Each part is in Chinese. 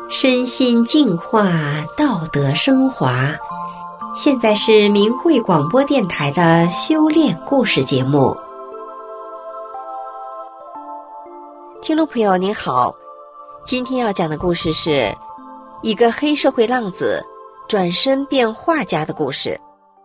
身心净化，道德升华。现在是明慧广播电台的修炼故事节目。听众朋友您好，今天要讲的故事是一个黑社会浪子转身变画家的故事。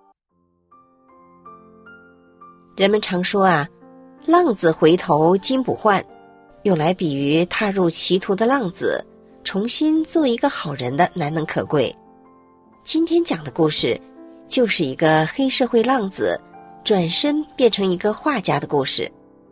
人们常说浪子回头金不换，用来比喻踏入歧途的浪子重新做一个好人的难能可贵。今天讲的故事就是一个黑社会浪子转身变成一个画家的故事。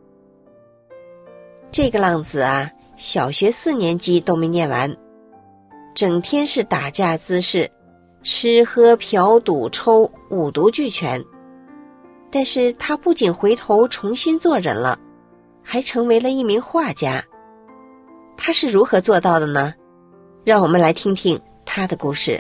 这个浪子小学4年级都没念完，整天是打架滋事，吃喝嫖赌抽五毒俱全。但是他不仅回头重新做人了，还成为了一名画家。他是如何做到的呢？让我们来听听他的故事。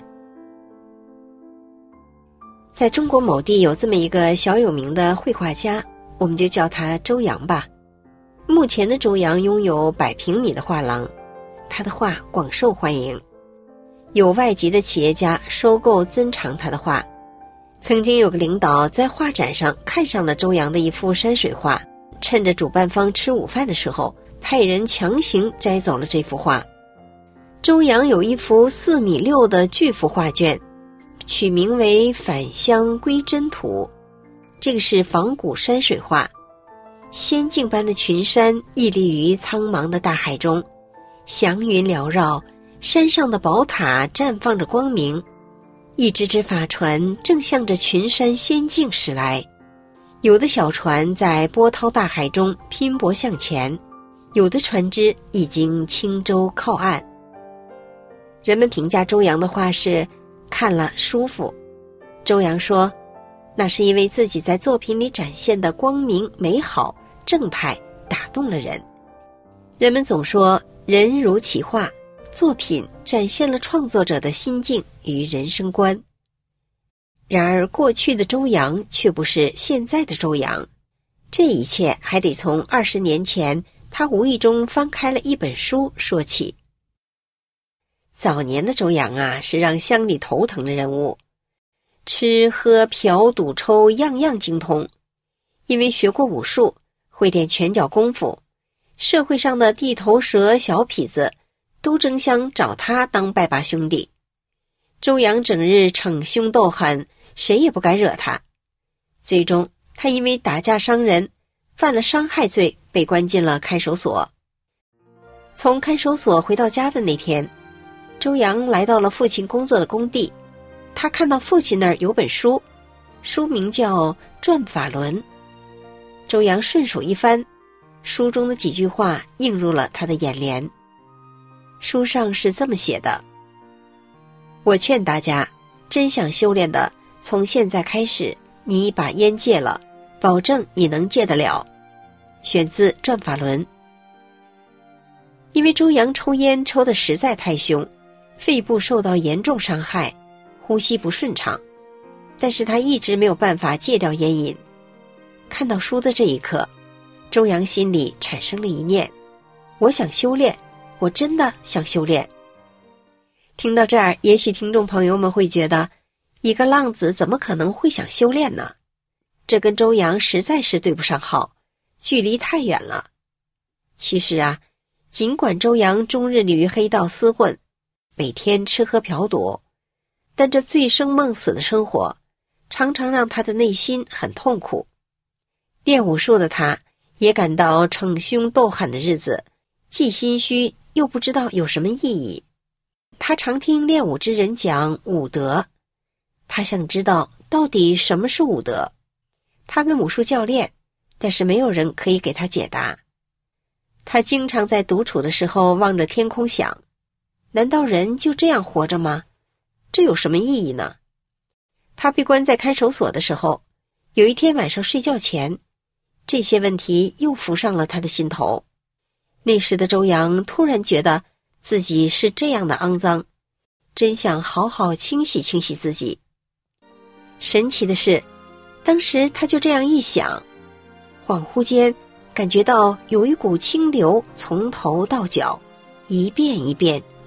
在中国某地有这么一个小有名的绘画家，我们就叫他周扬吧。目前的周扬拥有100平米的画廊，他的画广受欢迎，有外籍的企业家收购珍藏他的画。曾经有个领导在画展上看上了周扬的一幅山水画，趁着主办方吃午饭的时候，派人强行摘走了这幅画。周扬有一幅4.6米的巨幅画卷，取名为《返乡归真图》，这个是仿古山水画。仙境般的群山屹立于苍茫的大海中，祥云缭绕，山上的宝塔绽放着光明，一只只法船正向着群山仙境驶来，有的小船在波涛大海中拼搏向前，有的船只已经轻舟靠岸。人们评价周扬的画是看了舒服。周扬说，那是因为自己在作品里展现的光明美好正派打动了人。人们总说人如其画，作品展现了创作者的心境与人生观。然而过去的周扬却不是现在的周扬，这一切还得从20年前他无意中翻开了一本书说起。早年的周扬是让乡里头疼的人物，吃喝嫖赌抽样样精通，因为学过武术，会点拳脚功夫，社会上的地头蛇小痞子都争相找他当拜把兄弟。周扬整日逞凶斗狠，谁也不敢惹他。最终他因为打架伤人，犯了伤害罪，被关进了看守所。从看守所回到家的那天，周扬来到了父亲工作的工地，他看到父亲那儿有本书，书名叫《转法轮》。周扬顺手一翻，书中的几句话映入了他的眼帘。书上是这么写的：我劝大家，真想修炼的，从现在开始，你把烟戒了，保证你能戒得了。选自《转法轮》。因为周扬抽烟抽得实在太凶，肺部受到严重伤害，呼吸不顺畅，但是他一直没有办法戒掉烟瘾。看到书的这一刻，周扬心里产生了一念，我想修炼，我真的想修炼。听到这儿，也许听众朋友们会觉得，一个浪子怎么可能会想修炼呢？这跟周扬实在是对不上号，距离太远了。其实尽管周扬终日与黑道厮混，每天吃喝嫖赌，但这醉生梦死的生活常常让他的内心很痛苦。练武术的他也感到逞凶斗狠的日子既心虚又不知道有什么意义。他常听练武之人讲武德，他想知道到底什么是武德。他问武术教练，但是没有人可以给他解答。他经常在独处的时候望着天空想，难道人就这样活着吗？这有什么意义呢？他被关在看守所的时候，有一天晚上睡觉前，这些问题又浮上了他的心头。那时的周扬突然觉得自己是这样的肮脏，真想好好清洗清洗自己。神奇的是，当时他就这样一想，恍惚间感觉到有一股清流从头到脚一遍一遍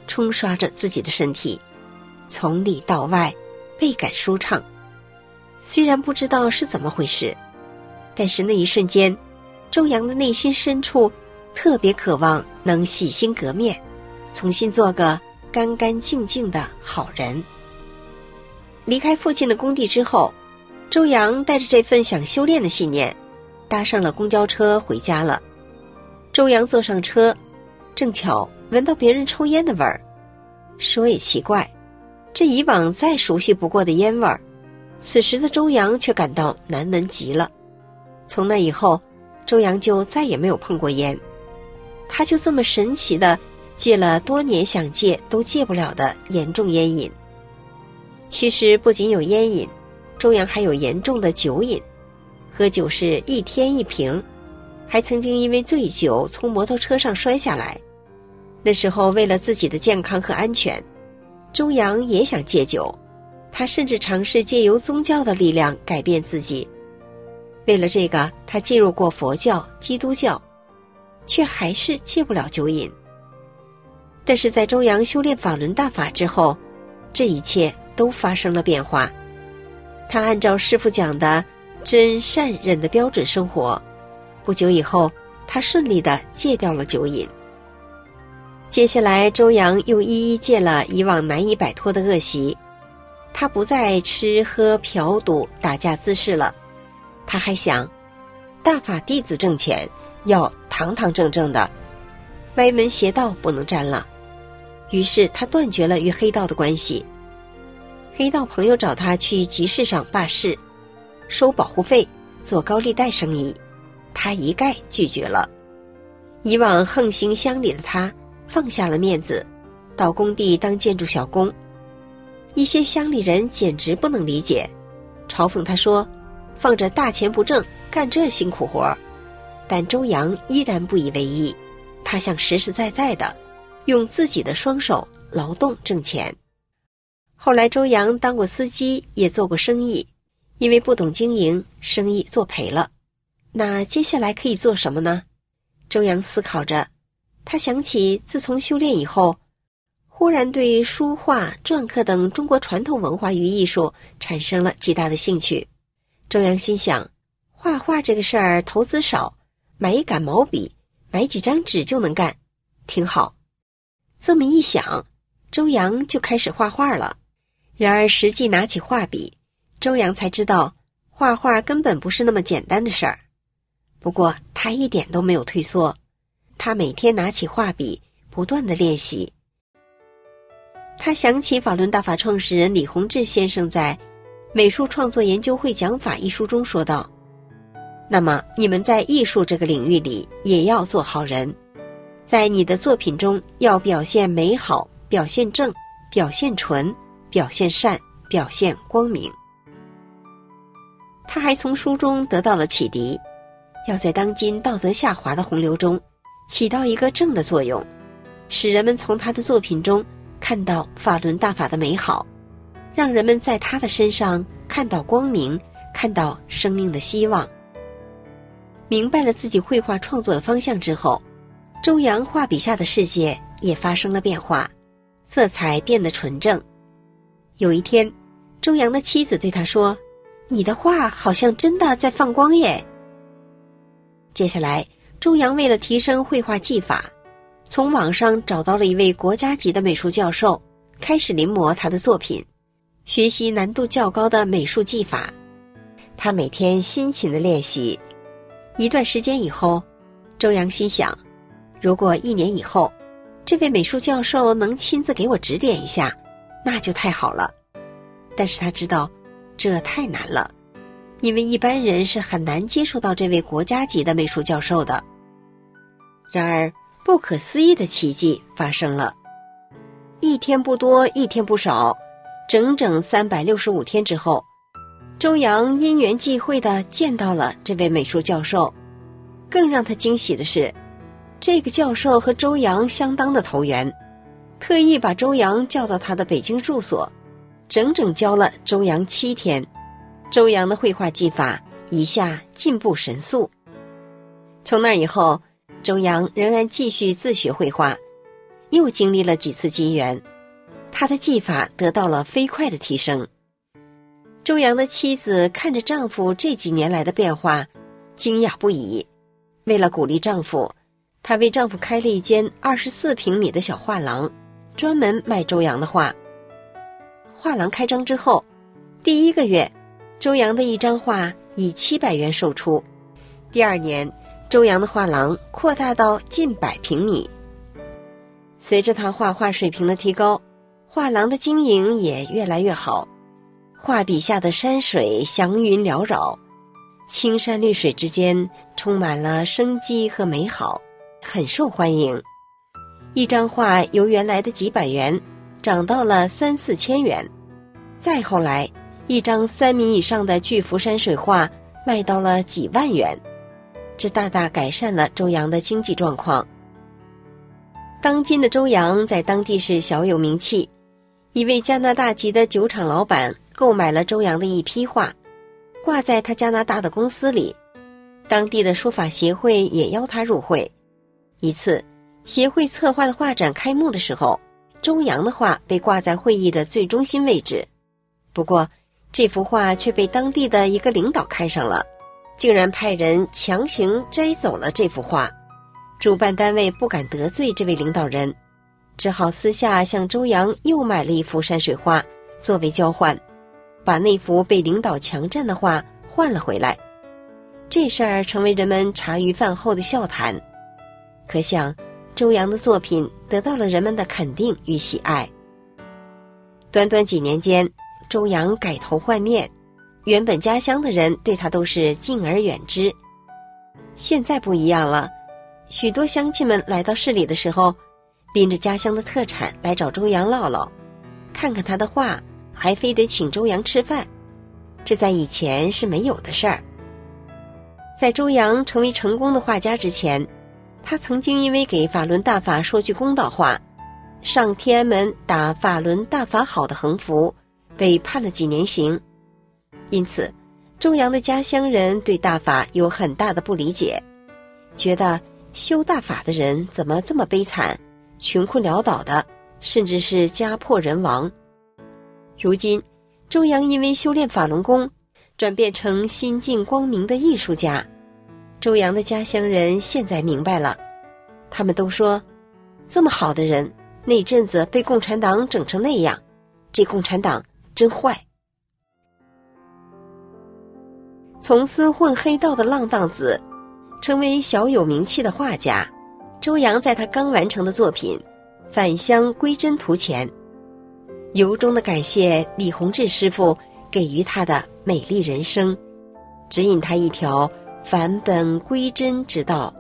冲刷着自己的身体，从里到外倍感舒畅。虽然不知道是怎么回事，但是那一瞬间，周扬的内心深处特别渴望能洗心革面，重新做个干干净净的好人。离开父亲的工地之后，周扬带着这份想修炼的信念，搭上了公交车回家了。周扬坐上车，正巧闻到别人抽烟的味儿。说也奇怪，这以往再熟悉不过的烟味儿，此时的周扬却感到难闻极了。从那以后，周扬就再也没有碰过烟。他就这么神奇地戒了多年想戒都戒不了的严重烟瘾。其实不仅有烟瘾，周扬还有严重的酒瘾，喝酒是1天1瓶，还曾经因为醉酒从摩托车上摔下来。那时候为了自己的健康和安全，周扬也想戒酒，他甚至尝试借由宗教的力量改变自己。为了这个，他进入过佛教、基督教，却还是戒不了酒瘾。但是在周扬修炼法轮大法之后，这一切都发生了变化。他按照师父讲的真善忍的标准生活，不久以后，他顺利地戒掉了酒瘾。接下来，周扬又一一戒了以往难以摆脱的恶习，他不再吃喝嫖赌打架滋事了。他还想，大法弟子挣钱要堂堂正正的，歪门邪道不能沾了。于是他断绝了与黑道的关系。黑道朋友找他去集市上办事，收保护费，做高利贷生意，他一概拒绝了。以往横行乡里的他放下了面子，到工地当建筑小工。一些乡里人简直不能理解，嘲讽他说，放着大钱不挣，干这辛苦活。但周扬依然不以为意，他想实实在在的用自己的双手劳动挣钱。后来周扬当过司机，也做过生意，因为不懂经营，生意做赔了。那接下来可以做什么呢？周扬思考着，他想起自从修炼以后，忽然对书画、篆刻等中国传统文化与艺术产生了极大的兴趣。周扬心想，画画这个事儿投资少，买一杆毛笔，买几张纸就能干，挺好。这么一想，周扬就开始画画了。然而实际拿起画笔，周扬才知道画画根本不是那么简单的事儿。不过他一点都没有退缩，他每天拿起画笔不断地练习。他想起法轮大法创始人李洪志先生在《美术创作研究会讲法》一书中说道，那么你们在艺术这个领域里也要做好人，在你的作品中要表现美好，表现正，表现纯，表现善，表现光明。他还从书中得到了启迪，要在当今道德下滑的洪流中起到一个正的作用，使人们从他的作品中看到法轮大法的美好，让人们在他的身上看到光明，看到生命的希望。明白了自己绘画创作的方向之后，周扬画笔下的世界也发生了变化，色彩变得纯正。有一天，周扬的妻子对他说，你的画好像真的在放光耶。接下来，周扬为了提升绘画技法，从网上找到了一位国家级的美术教授，开始临摹他的作品，学习难度较高的美术技法。他每天辛勤地练习。一段时间以后，周扬心想，如果1年以后，这位美术教授能亲自给我指点一下，那就太好了。但是他知道，这太难了，因为一般人是很难接触到这位国家级的美术教授的。然而，不可思议的奇迹发生了。一天不多，一天不少，整整365天之后，周扬因缘际会地见到了这位美术教授。更让他惊喜的是，这个教授和周扬相当的投缘，特意把周扬叫到他的北京住所，整整教了周扬7天。周扬的绘画技法一下进步神速。从那以后，周扬仍然继续自学绘画， 又经历了几次机缘，他的技法得到了飞快的提升。周扬的妻子看着丈夫这几年来的变化，惊讶不已。为了鼓励丈夫，她为丈夫开了一间24平米的小画廊，专门卖周扬的画。画廊开张之后，第1个月，周扬的一张画以700元售出。第2年，周扬的画廊扩大到近100平米。随着他画画水平的提高，画廊的经营也越来越好。画笔下的山水祥云缭绕，青山绿水之间充满了生机和美好，很受欢迎。一张画由原来的几百元涨到了3-4千元，再后来，一张3米以上的巨幅山水画卖到了几万元，这大大改善了周扬的经济状况。当今的周扬在当地是小有名气，一位加拿大籍的酒厂老板购买了周扬的一批画，挂在他加拿大的公司里。当地的书法协会也邀他入会。一次，协会策划的画展开幕的时候，周扬的画被挂在会议的最中心位置。不过，这幅画却被当地的一个领导看上了，竟然派人强行摘走了这幅画。主办单位不敢得罪这位领导人，只好私下向周扬又买了一幅山水画作为交换，把那幅被领导强占的画换了回来。这事儿成为人们茶余饭后的笑谈。可想，周扬的作品得到了人们的肯定与喜爱。短短几年间，周扬改头换面，原本家乡的人对他都是敬而远之。现在不一样了，许多乡亲们来到市里的时候，拎着家乡的特产来找周扬唠唠，看看他的画，还非得请周扬吃饭，这在以前是没有的事儿。在周扬成为成功的画家之前，他曾经因为给法轮大法说句公道话，上天安门打法轮大法好的横幅，被判了几年刑。因此，周扬的家乡人对大法有很大的不理解，觉得修大法的人怎么这么悲惨，穷困潦倒的，甚至是家破人亡。如今，周扬因为修炼法轮功，转变成心境光明的艺术家。周扬的家乡人现在明白了，他们都说，这么好的人，那阵子被共产党整成那样，这共产党真坏。从私混黑道的浪荡子，成为小有名气的画家，周扬在他刚完成的作品《返乡归真图》前，由衷的感谢李洪志师傅给予他的美丽人生，指引他一条返本归真之道。